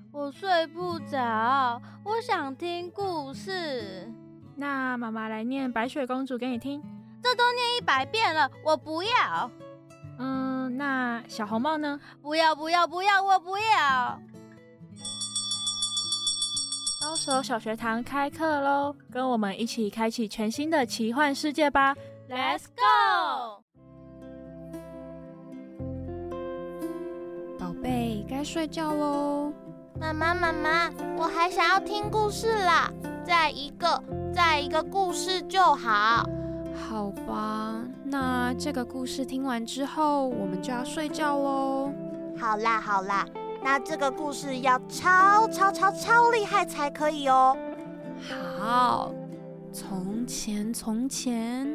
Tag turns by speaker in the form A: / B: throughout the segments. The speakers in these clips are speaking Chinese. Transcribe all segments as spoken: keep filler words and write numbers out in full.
A: 我睡不着，我想听故事。
B: 那妈妈来念白雪公主给你听。
A: 这都念一百遍了，我不要。
B: 嗯，那小红帽呢？
A: 不要不要不要，我不要。
B: 高手小学堂开课咯，跟我们一起开启全新的奇幻世界吧
A: Let's go！
C: 宝贝，该睡觉咯。
D: 妈妈妈妈，我还想要听故事啦，再一个再一个故事就好。
C: 好吧，那这个故事听完之后，我们就要睡觉咯。
D: 好啦好啦，那这个故事要超超超超厉害才可以哦。
C: 好，从前从前，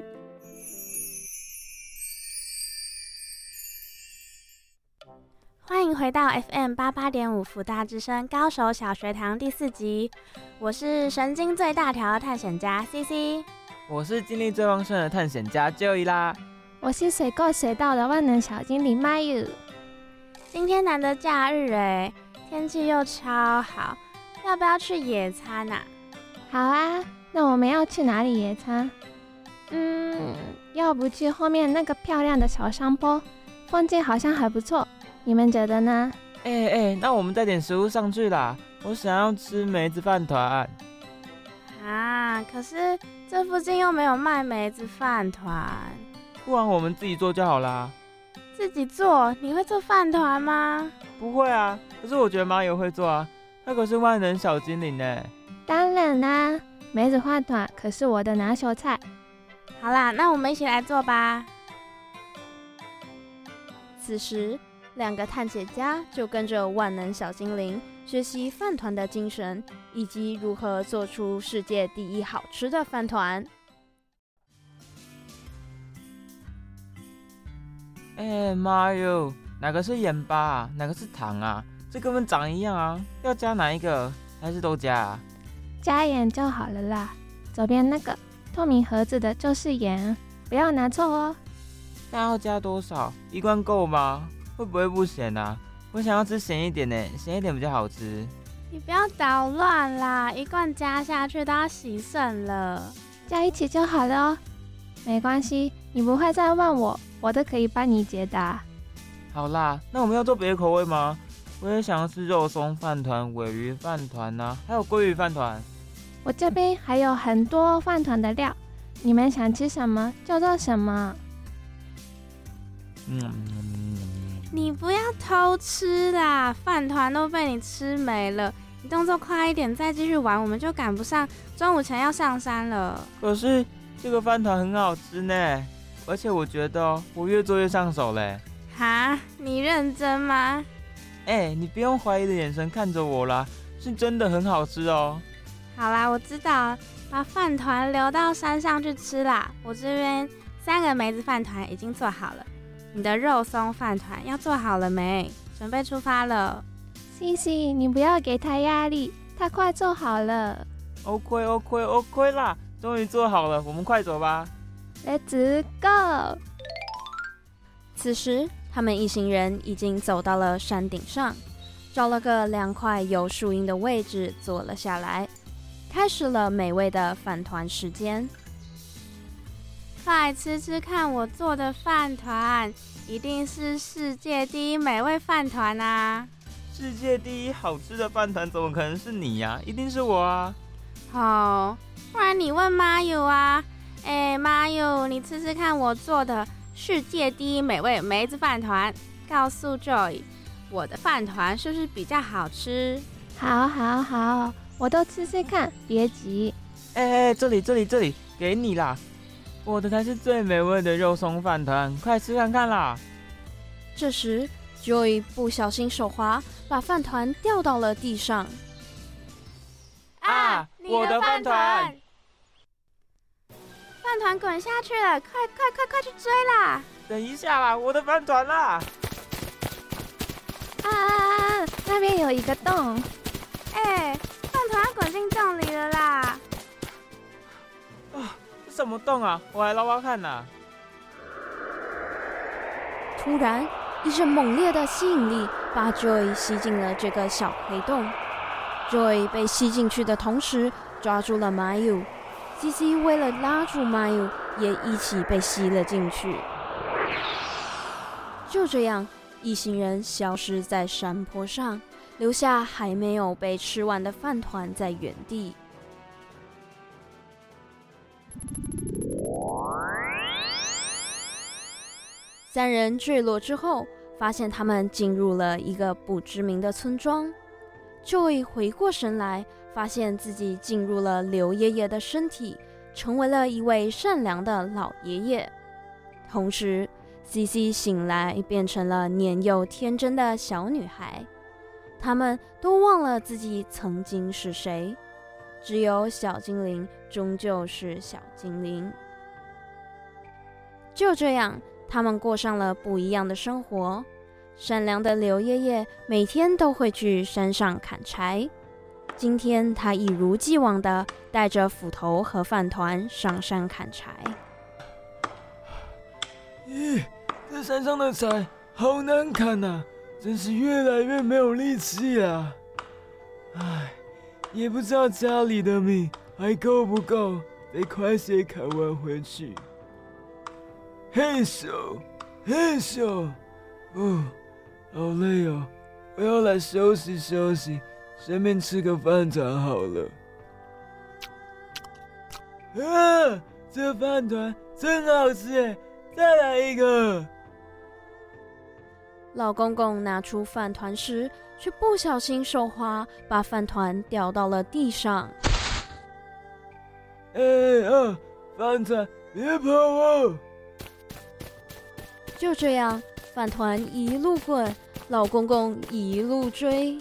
E: 欢迎回到 F M 八八点五福大之声高手小学堂第四集，我是神经最大条的探险家 C C，
F: 我是精力最旺盛的探险家 Joey 啦，
G: 我是水够水到的万能小精灵 Mayu。
E: 今天难得假日哎，天气又超好，要不要去野餐啊？
G: 好啊，那我们要去哪里野餐？嗯，要不去后面那个漂亮的小山坡，风景好像还不错，你们觉得呢？
F: 哎、欸、哎、欸，那我们带点食物上去啦，我想要吃梅子饭团。
E: 啊，可是这附近又没有卖梅子饭团，
F: 不然我们自己做就好啦。
E: 自己做？你会做饭团吗？
F: 不会啊，可是我觉得妈也会做啊，她可是万能小精灵呢。
G: 当然啦，梅子饭团可是我的拿手菜。
E: 好啦，那我们一起来做吧。此时，两个探险家就跟着万能小精灵学习饭团的精神，以及如何做出世界第一好吃的饭团。
F: 哎、欸，妈哟，哪个是盐巴啊？哪个是糖啊？这根本长一样啊！要加哪一个？还是都加啊？
G: 加盐就好了啦。左边那个透明盒子的就是盐，不要拿错哦。
F: 那要加多少？一罐够吗？会不会不咸啊？我想要吃咸一点呢，咸一点比较好吃。
E: 你不要捣乱啦，一罐加下去都要洗肾了。
G: 加一起就好了哦。没关系，你不会再问我，我都可以帮你解答。
F: 好啦，那我们要做别的口味吗？我也想要吃肉松饭团、鲔鱼饭团啊，还有鲑鱼饭团。
G: 我这边还有很多饭团的料，你们想吃什么就做什么。
F: 嗯，
E: 你不要偷吃啦，饭团都被你吃没了。你动作快一点，再继续玩，我们就赶不上中午前要上山了。
F: 可是这个饭团很好吃呢，而且我觉得我越做越上手嘞。
E: 哈，你认真吗？
F: 哎、欸，你不用怀疑的眼神看着我啦，是真的很好吃哦。
E: 好啦，我知道，把饭团留到山上去吃啦。我这边三个梅子饭团已经做好了，你的肉松饭团要做好了没？准备出发了。
G: 西西，你不要给他压力，他快做好了。
F: OK OK OK 啦，终于做好了，我们快走吧。
G: Let's go。
E: 此时，他们一行人已经走到了山顶上，找了个凉快有树荫的位置坐了下来，开始了美味的饭团时间。快吃吃看我做的饭团，一定是世界第一美味饭团啊！
F: 世界第一好吃的饭团怎么可能是你呀、啊？一定是我啊！
E: 哦，不然你问妈友啊？哎，妈友，你吃吃看我做的世界第一美味梅子饭团，告诉 Joy， 我的饭团是不是比较好吃？
G: 好，好，好，我都吃吃看，别急。
F: 哎哎，这里，这里，这里，给你啦！我的才是最美味的肉松饭团，快吃看看啦！
E: 这时 Joy 不小心手滑，把饭团掉到了地上。
F: 啊！我的饭团！
E: 饭团滚下去了，快快快快去追啦！
F: 等一下啦，我的饭团啦！
G: 啊啊啊！那边有一个洞。
E: 哎，饭团要滚进洞里了啦！
F: 啊，这什么洞啊？我来捞捞看呐！
E: 突然，
C: 一阵猛烈的吸引力把 Joy 吸进了这个小黑洞。Joy 被吸进去的同时，抓住了 Mayu。C C 为了拉住 Mayu， 也一起被吸了进去。就这样，一行人消失在山坡上，留下还没有被吃完的饭团在原地。三人坠落之后，发现他们进入了一个不知名的村庄。Joy 回过神来，发现自己进入了刘爷爷的身体，成为了一位善良的老爷爷。同时 C C 醒来，变成了年幼天真的小女孩。他们都忘了自己曾经是谁，只有小精灵终究是小精灵。就这样，他们过上了不一样的生活。善良的刘爷爷每天都会去山上砍柴，今天他一如既往地带着斧头和饭团上山砍柴。
F: 咦，这山上的柴好难砍啊，真是越来越没有力气啊！唉，也不知道家里的米还够不够，得快些砍完回去。嘿咻，嘿咻，哦，好累哦，我要来休息休息，顺便吃个饭团好了。啊，这饭团真好吃耶！再来一个。
C: 老公公拿出饭团时，却不小心手滑，把饭团掉到了地上。
F: 哎啊，饭团，别跑哦！
C: 就这样，饭团一路滚，老公公一路追。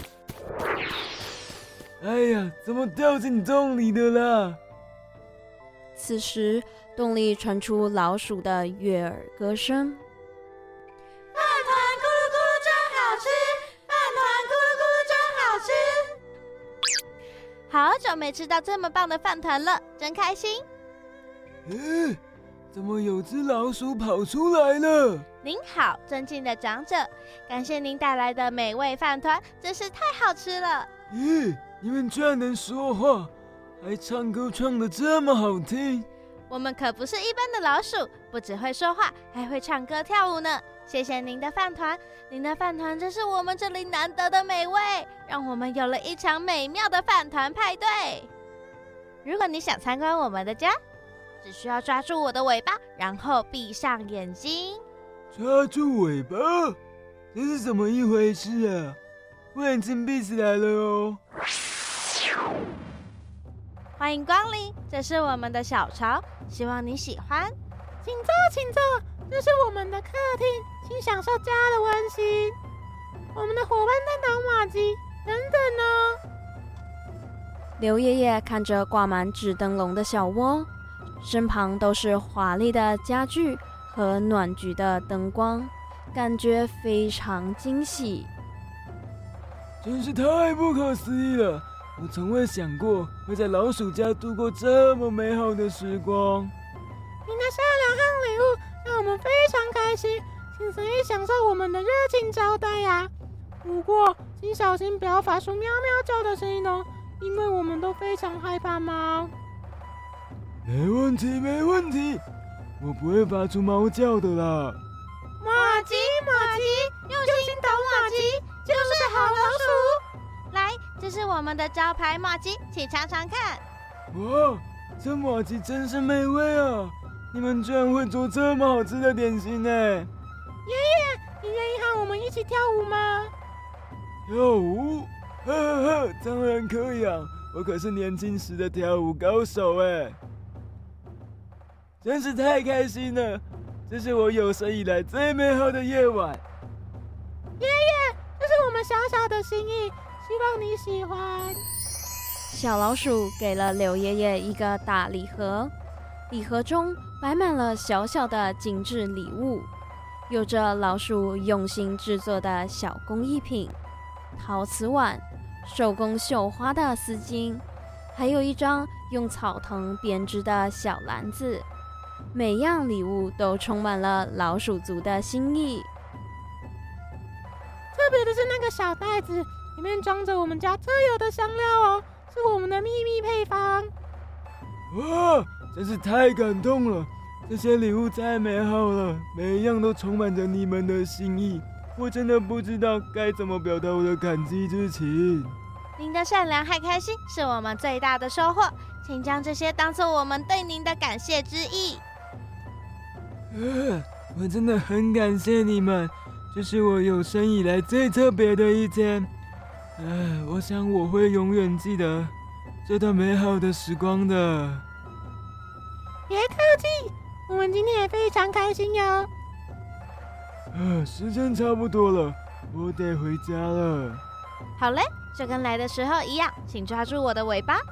F: 哎呀，怎么掉进洞里的啦？
C: 此时，洞里传出老鼠的悦耳歌声。
A: 饭团咕噜咕噜真好吃，饭团咕噜咕噜真好吃。好久没吃到这么棒的饭团了，真开心。
F: 嗯，怎么有只老鼠跑出来了？
A: 您好，尊敬的长者，感谢您带来的美味饭团，真是太好吃了。
F: 咦，你们居然能说话，还唱歌唱得这么好听！
A: 我们可不是一般的老鼠，不只会说话，还会唱歌跳舞呢。谢谢您的饭团，您的饭团真是我们这里难得的美味，让我们有了一场美妙的饭团派对。如果你想参观我们的家，只需要抓住我的尾巴，然后闭上眼睛。
F: 抓住尾巴？这是怎么一回事啊？我眼睛闭起来了哦。
A: 欢迎光临，这是我们的小巢，希望你喜欢。
B: 请坐，请坐，这是我们的客厅，请享受家的温馨。我们的伙伴在捣马鸡，等等呢。
C: 刘爷爷看着挂满纸灯笼的小窝，身旁都是华丽的家具和暖局的灯光，感觉非常惊喜。
F: 真是太不可思议了！我从未想过会在老鼠家度过这么美好的时光。
B: 您的善良和礼物让我们非常开心，请随意享受我们的热情招待呀、啊。不过，请小心不要发出喵喵叫的声音哦，因为我们都非常害怕猫。
F: 没问题，没问题，我不会发出猫叫的啦。
A: 马吉，马吉，用心捣马吉就是好老鼠。来，这是我们的招牌马吉，请尝尝看。
F: 哇，这马吉真是美味啊！你们居然会做这么好吃的点心呢！爷
B: 爷，你愿意和我们一起跳舞吗？
F: 跳舞？呵呵呵，当然可以啊！我可是年轻时的跳舞高手哎！真是太开心了，这是我有生以来最美好的夜晚。
B: 爷爷，这是我们小小的心意，希望你喜欢。
C: 小老鼠给了刘爷爷一个大礼盒，礼盒中摆满了小小的精致礼物，有着老鼠用心制作的小工艺品，陶瓷碗、手工绣花的丝巾，还有一张用草藤编织的小篮子。每样礼物都充满了老鼠族的心意。
B: 个小袋子，里面装着我们家特有的香料哦，是我们的秘密配方。
F: 哇，真是太感动了！这些礼物太美好了，每一样都充满着你们的心意，我真的不知道该怎么表达我的感激之情。
A: 您的善良和开心是我们最大的收获，请将这些当作我们对您的感谢之意。
F: 呃，我真的很感谢你们，这是我有生以来最特别的一天。呃，我想我会永远记得这段美好的时光的。
B: 别客气，我们今天也非常开心哟。
F: 呃，时间差不多了，我得回家了。
A: 好嘞，就跟来的时候一样，请抓住我的尾巴。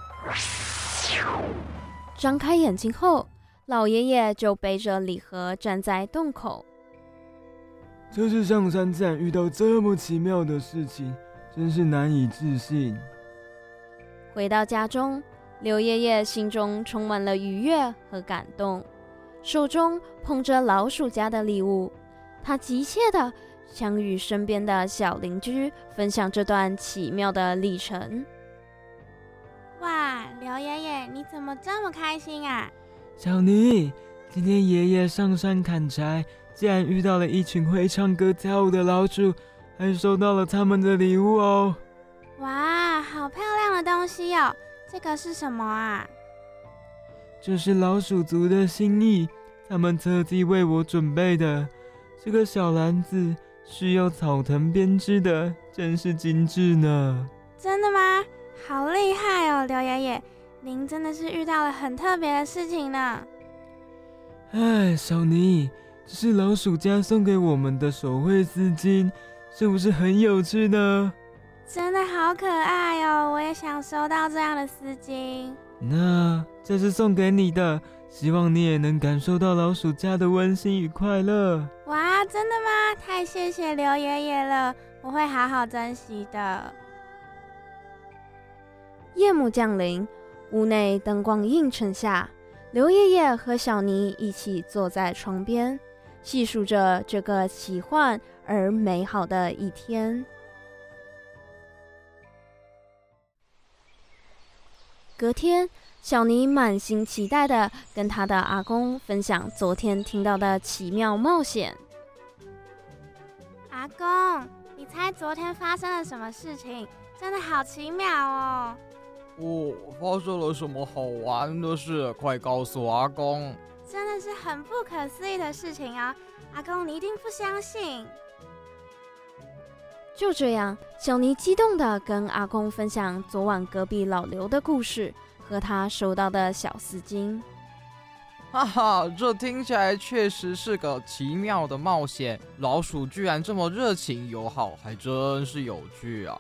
C: 张开眼睛后，老爷爷就背着礼盒站在洞口。
F: 这次上山站遇到这么奇妙的事情，真是难以置信。
C: 回到家中，刘爷爷心中充满了愉悦和感动，手中捧着老鼠家的礼物，他急切地想与身边的小邻居分享这段奇妙的历程。
E: 哇，刘爷爷，你怎么这么开心啊？
F: 小妮，今天爷爷上山砍柴，竟然遇到了一群会唱歌跳舞的老鼠，还收到了他们的礼物哦。
E: 哇，好漂亮的东西哦！这个是什么啊？
F: 这是老鼠族的心意，他们特地为我准备的。这个小篮子是用草藤编织的，真是精致呢。
E: 真的吗？好厉害哦，刘爷爷，您真的是遇到了很特别的事情呢。
F: 哎，小妮，这是老鼠家送给我们的手绘丝巾，是不是很有趣呢？
E: 真的好可爱哦，我也想收到这样的丝巾。
F: 那这是送给你的，希望你也能感受到老鼠家的温馨与快乐。
E: 哇，真的吗？太谢谢刘爷爷了，我会好好珍惜的。
C: 夜幕降临，屋内灯光映衬下，刘爷爷和小妮一起坐在床边，细数着这个奇幻而美好的一天。隔天，小妮满心期待地跟她的阿公分享昨天听到的奇妙冒险。
E: 阿公，你猜昨天发生了什么事情？真的好奇妙哦！
H: 哦，发生了什么好玩的事？快告诉我阿公！
E: 真的是很不可思议的事情哦，阿公你一定不相信。
C: 就这样，小妮激动地跟阿公分享昨晚隔壁老刘的故事和他收到的小丝巾。
H: 哈哈，这听起来确实是个奇妙的冒险。老鼠居然这么热情友好，还真是有趣啊！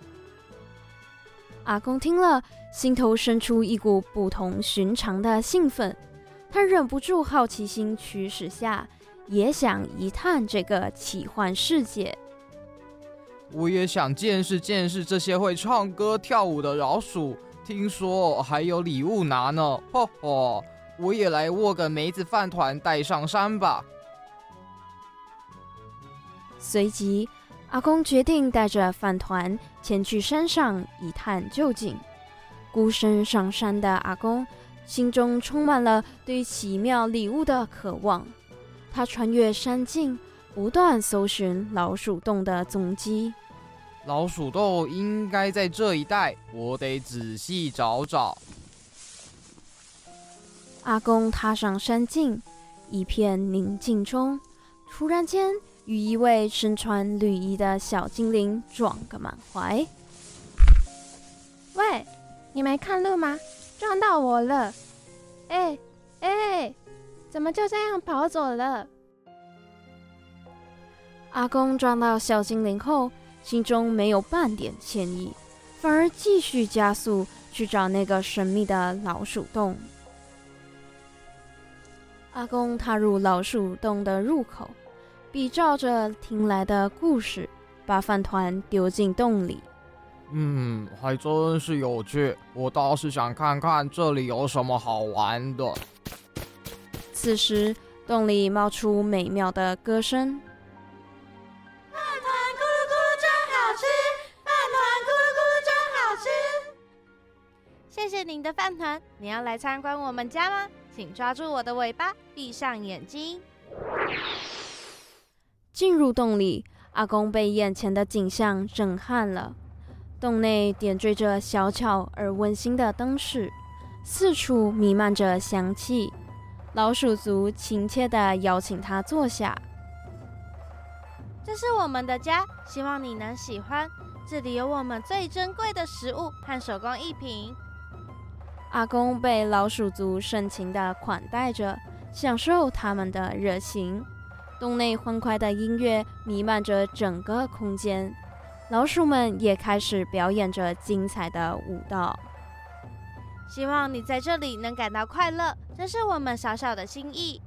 C: 阿公听了，心头生出一股不同寻常的兴奋，他忍不住好奇心驱使下，也想一探这个奇幻世界。
H: 我也想见识见识这些会唱歌跳舞的老鼠，听说还有礼物拿呢，吼吼！我也来握个梅子饭团带上山吧。
C: 随即，阿公决定带着饭团前去山上一探究竟。孤身上山的阿公，心中充满了对奇妙礼物的渴望。他穿越山径，不断搜寻老鼠洞的踪迹。
H: 老鼠洞应该在这一带，我得仔细找找。
C: 阿公踏上山径，一片宁静中，突然间与一位身穿绿衣的小精灵撞个满怀。
G: 喂，你没看路吗？撞到我了！哎哎，怎么就这样跑走了？
C: 阿公撞到小精灵后，心中没有半点歉意，反而继续加速去找那个神秘的老鼠洞。阿公踏入老鼠洞的入口，比照着听来的故事，把饭团丢进洞里。
H: 嗯，还真是有趣，我倒是想看看这里有什么好玩的。
C: 此时，洞里冒出美妙的歌声。
D: 饭团咕噜咕噜转，
A: 谢谢您的饭团，你要来参观我们家吗？请抓住我的尾巴，闭上眼睛。
C: 进入洞里，阿公被眼前的景象震撼了。洞内点缀着小巧而温馨的灯饰，四处弥漫着香气。老鼠族亲切地邀请他坐下。
A: 这是我们的家，希望你能喜欢。这里有我们最珍贵的食物和手工艺品。
C: 阿公被老鼠族盛情地款待着，享受他们的热情。洞内欢快的音乐弥漫着整个空间，老鼠们也开始表演着精彩的舞蹈。
A: 希望你在这里能感到快乐，这是我们小小的心意。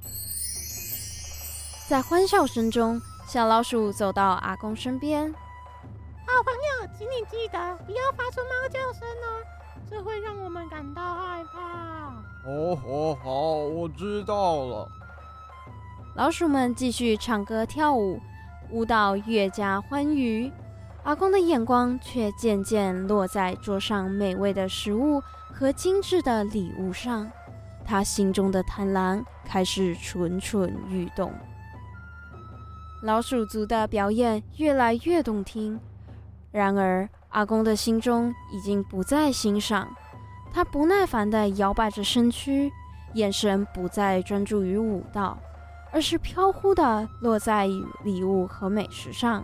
C: 在欢笑声中，小老鼠走到阿公身边。
B: 好朋友，请你记得不要发出猫叫声哦，这会让我们感到害怕。
H: 哦哦，好，我知道了。
C: 老鼠们继续唱歌跳舞，舞蹈越加欢愉。阿公的眼光却渐渐落在桌上美味的食物和精致的礼物上，他心中的贪婪开始蠢蠢欲动。老鼠族的表演越来越动听，然而阿公的心中已经不再欣赏，他不耐烦地摇摆着身躯，眼神不再专注于舞蹈，而是飘忽地落在礼物和美食上。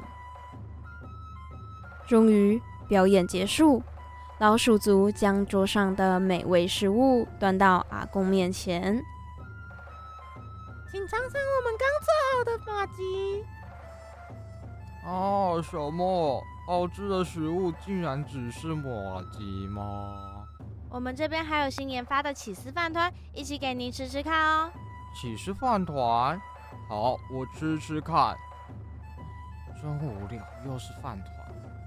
C: 终于，表演结束，老鼠族将桌上的美味食物端到阿公面前。
B: 请尝尝我们刚做好的麻糬。
H: 啊，什么？好吃的食物竟然只是麻糬吗？
A: 我们这边还有新研发的起司饭团，一起给您吃吃看哦。
H: 起司饭团？好，我吃吃看。真无聊，又是饭团。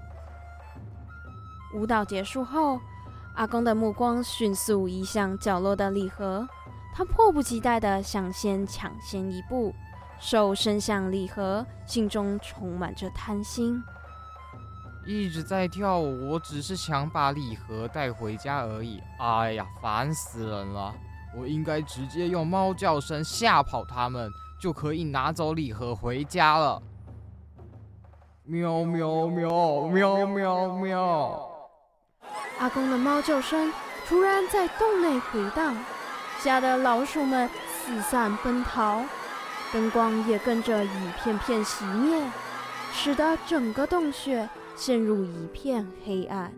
C: 舞蹈结束后，阿公的目光迅速移向角落的礼盒，他迫不及待地想先抢先一步，手伸向礼盒，心中充满着贪心。
H: 一直在跳舞，我只是想把礼盒带回家而已。哎呀，烦死人了！我应该直接用猫叫声吓跑他们，就可以拿走礼盒回家了。喵喵喵喵喵喵！
C: 阿公的猫叫声突然在洞内回荡，吓得老鼠们四散奔逃，灯光也跟着一片片熄灭，使得整个洞穴陷入一片黑暗。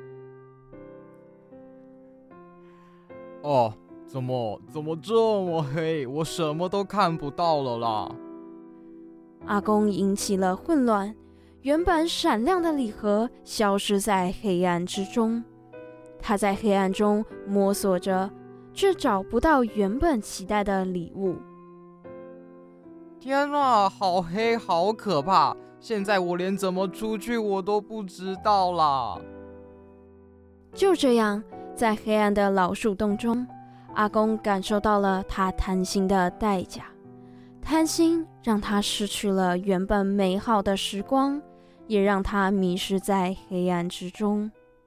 H: 哦，怎么怎么这么黑？我什么都看不到了啦！
C: 阿公引起了混乱，原本闪亮的礼盒消失在黑暗之中。他在黑暗中摸索着，却找不到原本期待的礼物。
H: 天啊，好黑，好可怕！现在我连怎么出去我都不知道啦。
C: 就这样，在黑暗的老鼠洞中，阿公感受到了他贪心的代价。贪心让他失去了原本美好的时光，也让他迷失在黑暗之中。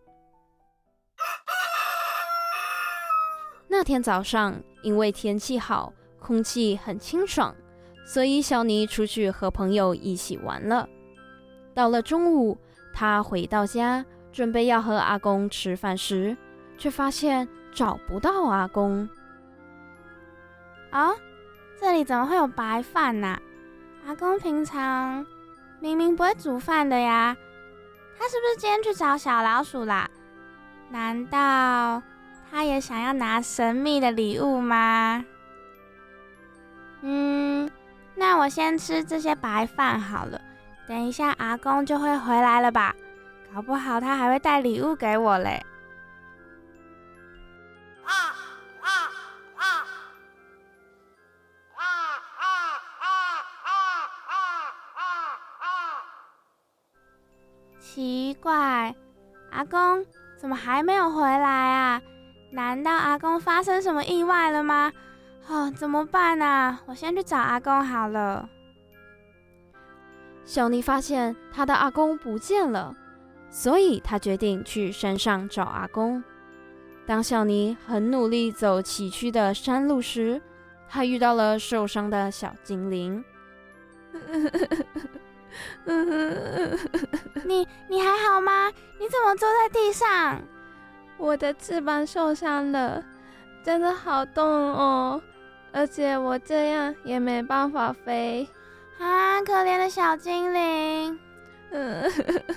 C: 那天早上，因为天气好，空气很清爽，所以小尼出去和朋友一起玩了。到了中午，他回到家，准备要和阿公吃饭时，却发现找不到阿公。
E: 啊、哦，这里怎么会有白饭呢、啊？阿公平常明明不会煮饭的呀，他是不是今天去找小老鼠啦？难道他也想要拿神秘的礼物吗？嗯，那我先吃这些白饭好了，等一下阿公就会回来了吧？搞不好他还会带礼物给我嘞。啊啊啊啊啊啊啊啊啊！奇怪，阿公怎么还没有回来啊？难道阿公发生什么意外了吗？哦，怎么办啊？我先去找阿公好了。
C: 小尼发现他的阿公不见了，所以他决定去山上找阿公。 当小尼很努力走崎岖的山路时，他遇到了受伤的小精灵。
E: 你你还好吗？你怎么坐在地上？
G: 我的翅膀受伤了，真的好痛哦，而且我这样也没办法飞。
E: 啊，可怜的小精灵。
G: 嗯，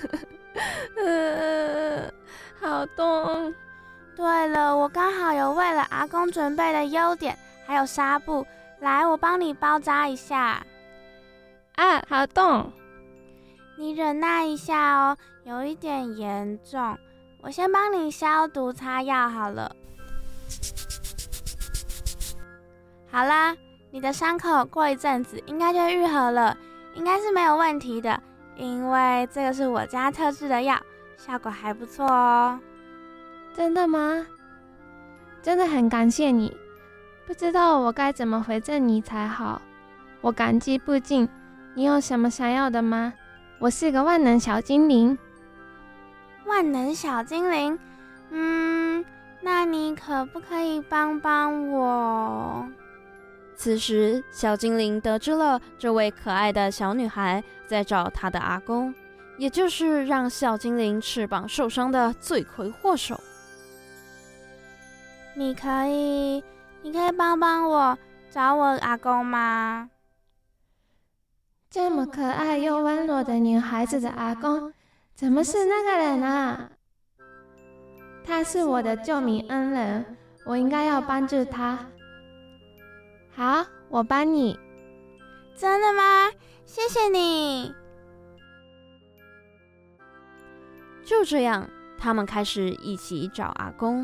G: 好痛。
E: 对了，我刚好有为了阿公准备的优点，还有纱布，来，我帮你包扎一下。
G: 啊，好痛！
E: 你忍耐一下哦，有一点严重，我先帮你消毒擦药好了。好啦，你的伤口过一阵子应该就愈合了，应该是没有问题的，因为这个是我家特制的药，效果还不错哦。
G: 真的吗？真的很感谢你，不知道我该怎么回赠你才好，我感激不尽。你有什么想要的吗？我是个万能小精灵。
E: 万能小精灵？嗯，那你可不可以帮帮我？
C: 此时，小精灵得知了这位可爱的小女孩在找她的阿公，也就是让小精灵翅膀受伤的罪魁祸首。
E: 你可以，你可以帮帮我找我阿公吗？
G: 这么可爱又温柔的女孩子的阿公，怎么是那个人啊？他是我的救命恩人，我应该要帮助他。好，我帮你。
E: 真的吗？谢谢你。
C: 就这样，他们开始一起找阿公。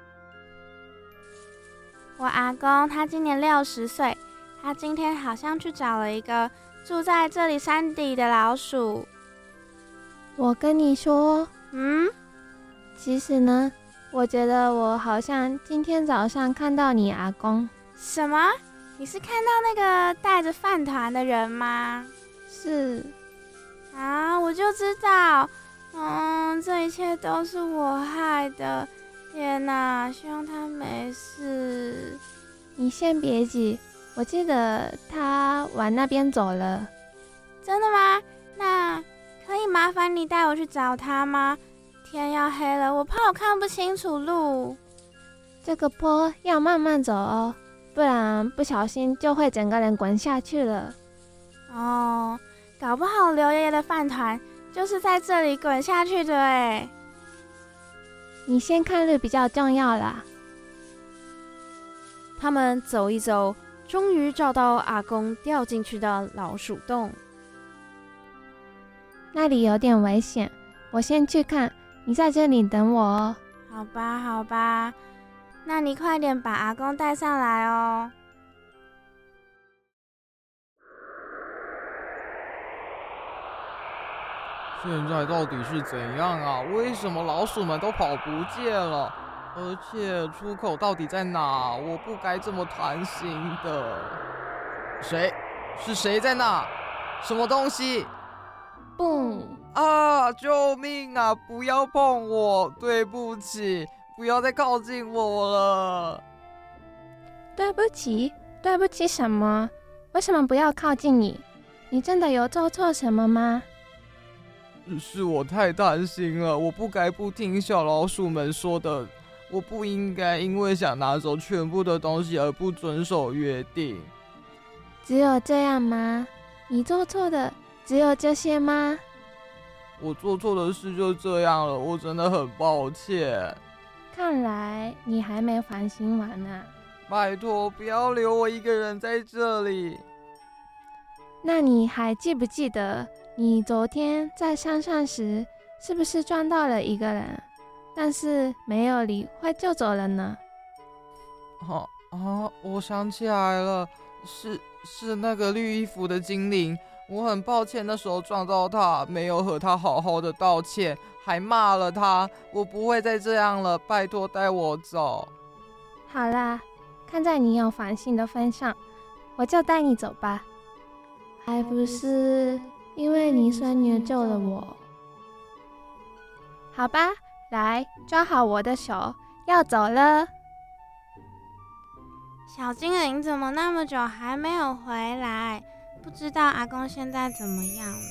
E: 我阿公他今年六十岁，他今天好像去找了一个住在这里山底的老鼠。
G: 我跟你说，
E: 嗯，
G: 其实呢，我觉得我好像今天早上看到你阿公。
E: 什么？你是看到那个带着饭团的人吗？
G: 是。
E: 啊，我就知道，嗯，这一切都是我害的。天哪，希望他没事。
G: 你先别急，我记得他往那边走了。
E: 真的吗？那可以麻烦你带我去找他吗？天要黑了，我怕我看不清楚路。
G: 这个坡要慢慢走哦，不然不小心就会整个人滚下去了。
E: 哦，搞不好刘爷爷的饭团就是在这里滚下去的哎。
G: 你先看路比较重要啦。
C: 他们走一走，终于找到阿公掉进去的老鼠洞。
G: 那里有点危险，我先去看，你在这里等我哦。
E: 好吧，好吧，那你快点把阿公带上来哦。
H: 现在到底是怎样啊？为什么老鼠们都跑不见了？而且出口到底在哪？我不该这么贪心的。谁？是谁在那？什么东西？
G: 嘣！
H: 啊！救命啊！不要碰我！对不起，不要再靠近我了。
G: 对不起，对不起什么？为什么不要靠近你？你真的有做错什么吗？
H: 是我太贪心了，我不该不听小老鼠们说的，我不应该因为想拿走全部的东西而不遵守约定。
G: 只有这样吗？你做错的只有这些吗？
H: 我做错的事就这样了，我真的很抱歉。
G: 看来你还没反省完啊。
H: 拜托，不要留我一个人在这里。
G: 那你还记不记得你昨天在山上时，是不是撞到了一个人，但是没有理会就走了呢？
H: 啊啊！我想起来了，是是那个绿衣服的精灵。我很抱歉那时候撞到他，没有和他好好的道歉，还骂了他。我不会再这样了，拜托带我走。
G: 好啦，看在你有反省的份上，我就带你走吧。还不是因为你孙女救了我。好吧，来，抓好我的手， 要走了。
E: 小精灵怎么那么久还没有回来？不知道阿公现在怎么样了？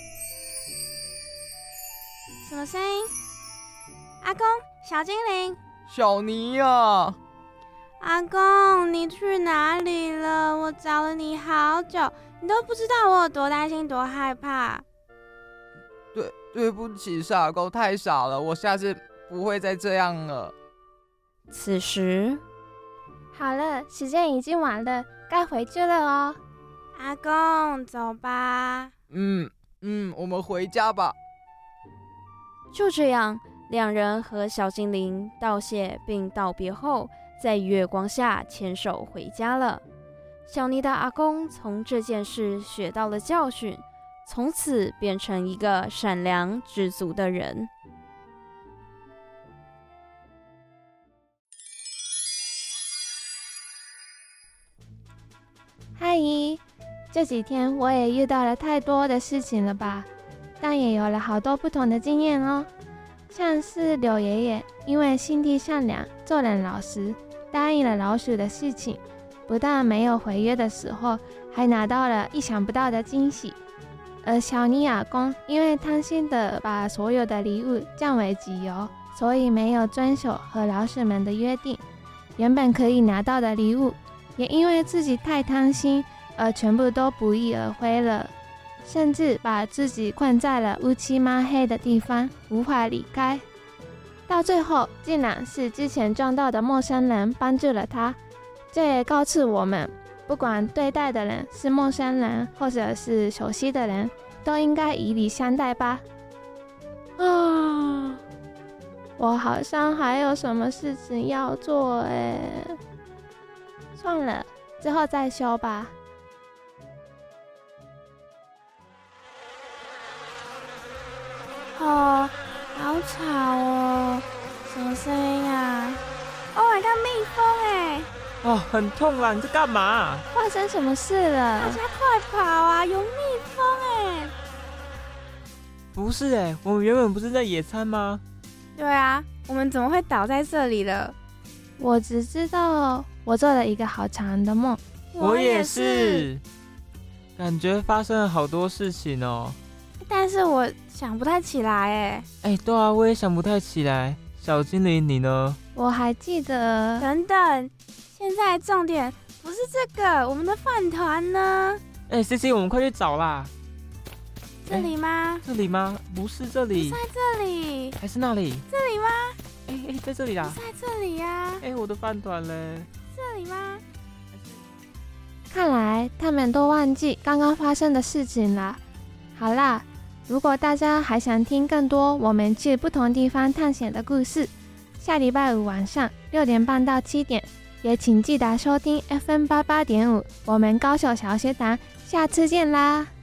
E: 什么声音？阿公，小精灵，
H: 小尼呀、啊！
E: 阿公，你去哪里了？我找了你好久，你都不知道我有多担心、多害怕。
H: 对，对不起，傻狗，太傻了，我下次不会再这样了。
C: 此时，
G: 好了，时间已经晚了，该回去了哦。
E: 阿公，走吧。
H: 嗯嗯，我们回家吧。
C: 就这样，两人和小精灵道谢并道别后，在月光下牵手回家了。小尼的阿公从这件事学到了教训，从此变成一个善良知足的人。
G: 阿姨，这几天我也遇到了太多的事情了吧，但也有了好多不同的经验哦。像是柳爷爷因为心地善良、做人老实，答应了老鼠的事情，不但没有毁约的时候，还拿到了意想不到的惊喜。而小尼阿公因为贪心的把所有的礼物占为己有，所以没有遵守和老鼠们的约定，原本可以拿到的礼物，也因为自己太贪心而全部都不翼而飞了，甚至把自己困在了乌漆抹黑的地方，无法离开。到最后竟然是之前撞到的陌生人帮助了他，这也告诉我们，不管对待的人是陌生人或者是熟悉的人，都应该以礼相待吧。啊，我好像还有什么事情要做哎，算了，之后再修吧。
E: 哦，好吵哦！什么声音啊 ？Oh my god， 蜜蜂哎！
I: 哦，很痛啦！你在干嘛？
G: 发生什么事了？
E: 大家快跑啊！有蜜蜂哎！
I: 不是哎，我们原本不是在野餐吗？
E: 对啊，我们怎么会倒在这里了？
G: 我只知道我做了一个好长的梦。
I: 我也是，感觉发生了好多事情哦。
E: 但是我想不太起来哎。
I: 哎，对啊，我也想不太起来。小精灵，你呢？
G: 我还记得。
E: 等等，现在重点不是这个，我们的饭团呢？
I: 哎 ，C C， 我们快去找啦。
E: 这里吗？
I: 这里吗？不是这里。
E: 不在这里。
I: 还是那里？
E: 这里吗？
I: 哎哎，在这里啦。
E: 不在这里呀、啊。
I: 哎，我的饭团嘞？
E: 这里吗？
G: 看来他们都忘记刚刚发生的事情了。好啦，如果大家还想听更多我们去不同地方探险的故事，下礼拜五晚上六点半到七点，也请记得收听 F M 八八点五，我们高手小学堂，下次见啦！